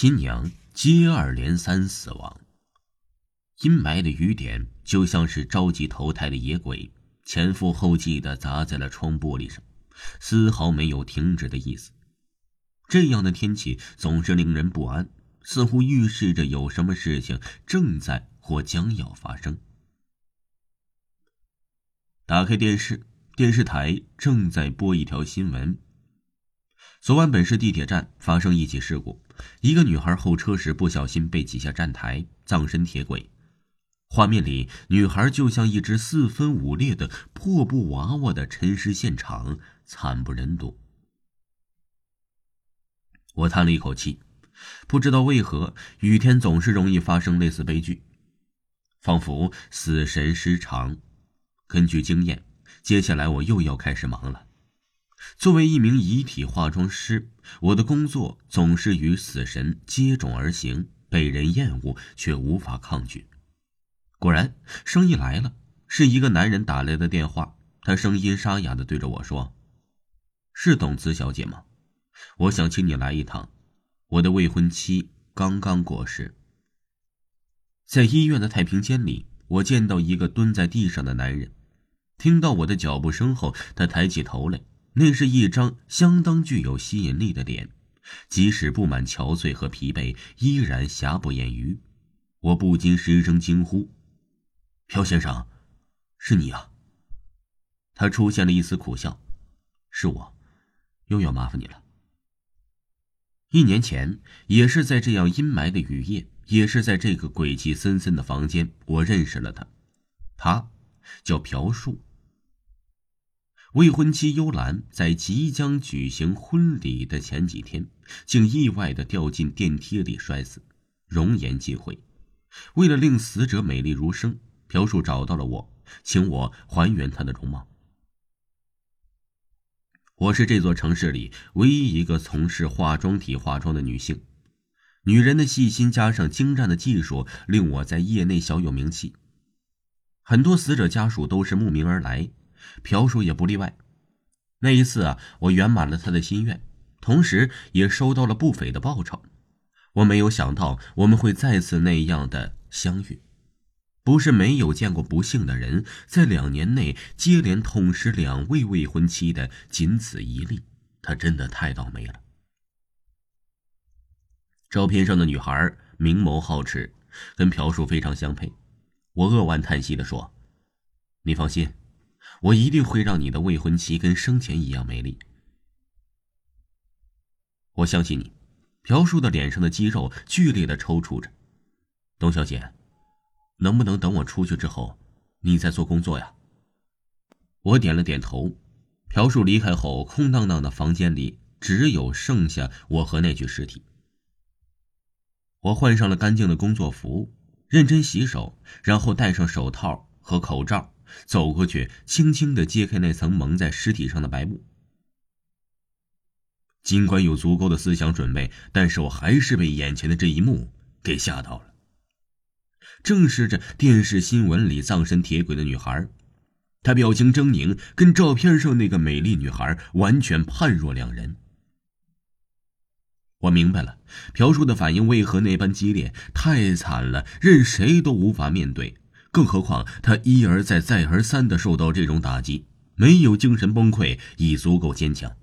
新娘接二连三死亡。阴霾的雨点就像是着急投胎的野鬼，前赴后继地砸在了窗玻璃上，丝毫没有停止的意思。这样的天气总是令人不安，似乎预示着有什么事情正在或将要发生。打开电视，电视台正在播一条新闻。昨晚本市地铁站发生一起事故，一个女孩候车时不小心被挤下站台，葬身铁轨。画面里，女孩就像一只四分五裂的破布娃娃的沉尸现场，惨不忍睹。我叹了一口气，不知道为何雨天总是容易发生类似悲剧，仿佛死神失常。根据经验，接下来我又要开始忙了。作为一名遗体化妆师，我的工作总是与死神接踵而行，被人厌恶却无法抗拒。果然，生意来了，是一个男人打来的电话，他声音沙哑地对着我说：“是董慈小姐吗？我想请你来一趟，我的未婚妻刚刚过世。”在医院的太平间里，我见到一个蹲在地上的男人，听到我的脚步声后，他抬起头来，那是一张相当具有吸引力的脸，即使布满憔悴和疲惫，依然瑕不掩瑜。我不禁失声惊呼：“朴先生，是你啊！”他出现了一丝苦笑：“是我，又要麻烦你了。”1年前，也是在这样阴霾的雨夜，也是在这个鬼气森森的房间，我认识了他。他叫朴树。未婚妻幽兰在即将举行婚礼的前几天，竟意外地掉进电梯里摔死，容颜尽毁。为了令死者美丽如生，朴树找到了我，请我还原她的容貌。我是这座城市里唯一一个从事化妆体化妆的女性，女人的细心加上精湛的技术，令我在业内小有名气。很多死者家属都是慕名而来，朴树也不例外。那一次我圆满了他的心愿，同时也收到了不菲的报酬。我没有想到我们会再次那样的相遇。不是没有见过不幸的人在2年内接连痛失2位未婚妻的，仅此一例，他真的太倒霉了。照片上的女孩明眸皓齿，跟朴树非常相配。我扼腕叹息地说：“你放心，我一定会让你的未婚妻跟生前一样美丽。”我相信你。朴树的脸上的肌肉剧烈地抽搐着。董小姐，能不能等我出去之后，你再做工作呀？我点了点头。朴树离开后，空荡荡的房间里只有剩下我和那具尸体。我换上了干净的工作服，认真洗手，然后戴上手套和口罩，走过去，轻轻地揭开那层蒙在尸体上的白布。尽管有足够的思想准备，但是我还是被眼前的这一幕给吓到了。正是这电视新闻里葬身铁轨的女孩，她表情狰狞，跟照片上那个美丽女孩完全判若两人。我明白了朴树的反应为何那般激烈，太惨了，任谁都无法面对，更何况他一而再再而三地受到这种打击，没有精神崩溃已足够坚强。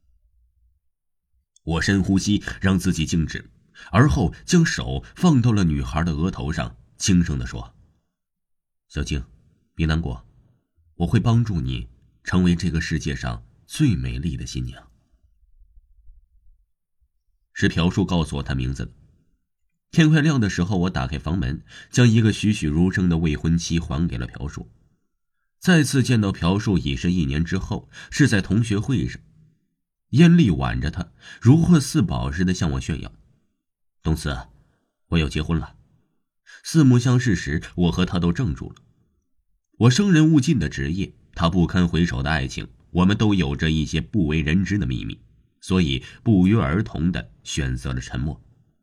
我深呼吸，让自己静止，而后将手放到了女孩的额头上，轻声地说：“小静，别难过，我会帮助你成为这个世界上最美丽的新娘。”是朴树告诉我他名字的。天快亮的时候，我打开房门，将一个栩栩如生的未婚妻还给了朴树。再次见到朴树已是1年之后，是在同学会上。艳丽挽着他，如获四宝似的向我炫耀：“董慈，我要结婚了。”四目相视时，我和他都怔住了。我生人勿近的职业，他不堪回首的爱情，我们都有着一些不为人知的秘密，所以不约而同地选择了沉默。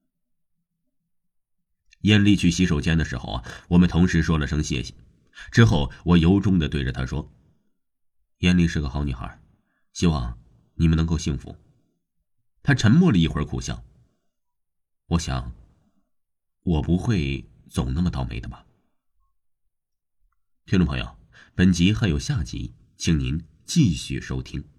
艳丽去洗手间的时候我们同时说了声谢谢。之后我由衷地对着她说：“艳丽是个好女孩，希望你们能够幸福。”她沉默了一会儿，苦笑：“ 我想，我不会总那么倒霉的吧。听众朋友，本集还有下集，请您继续收听。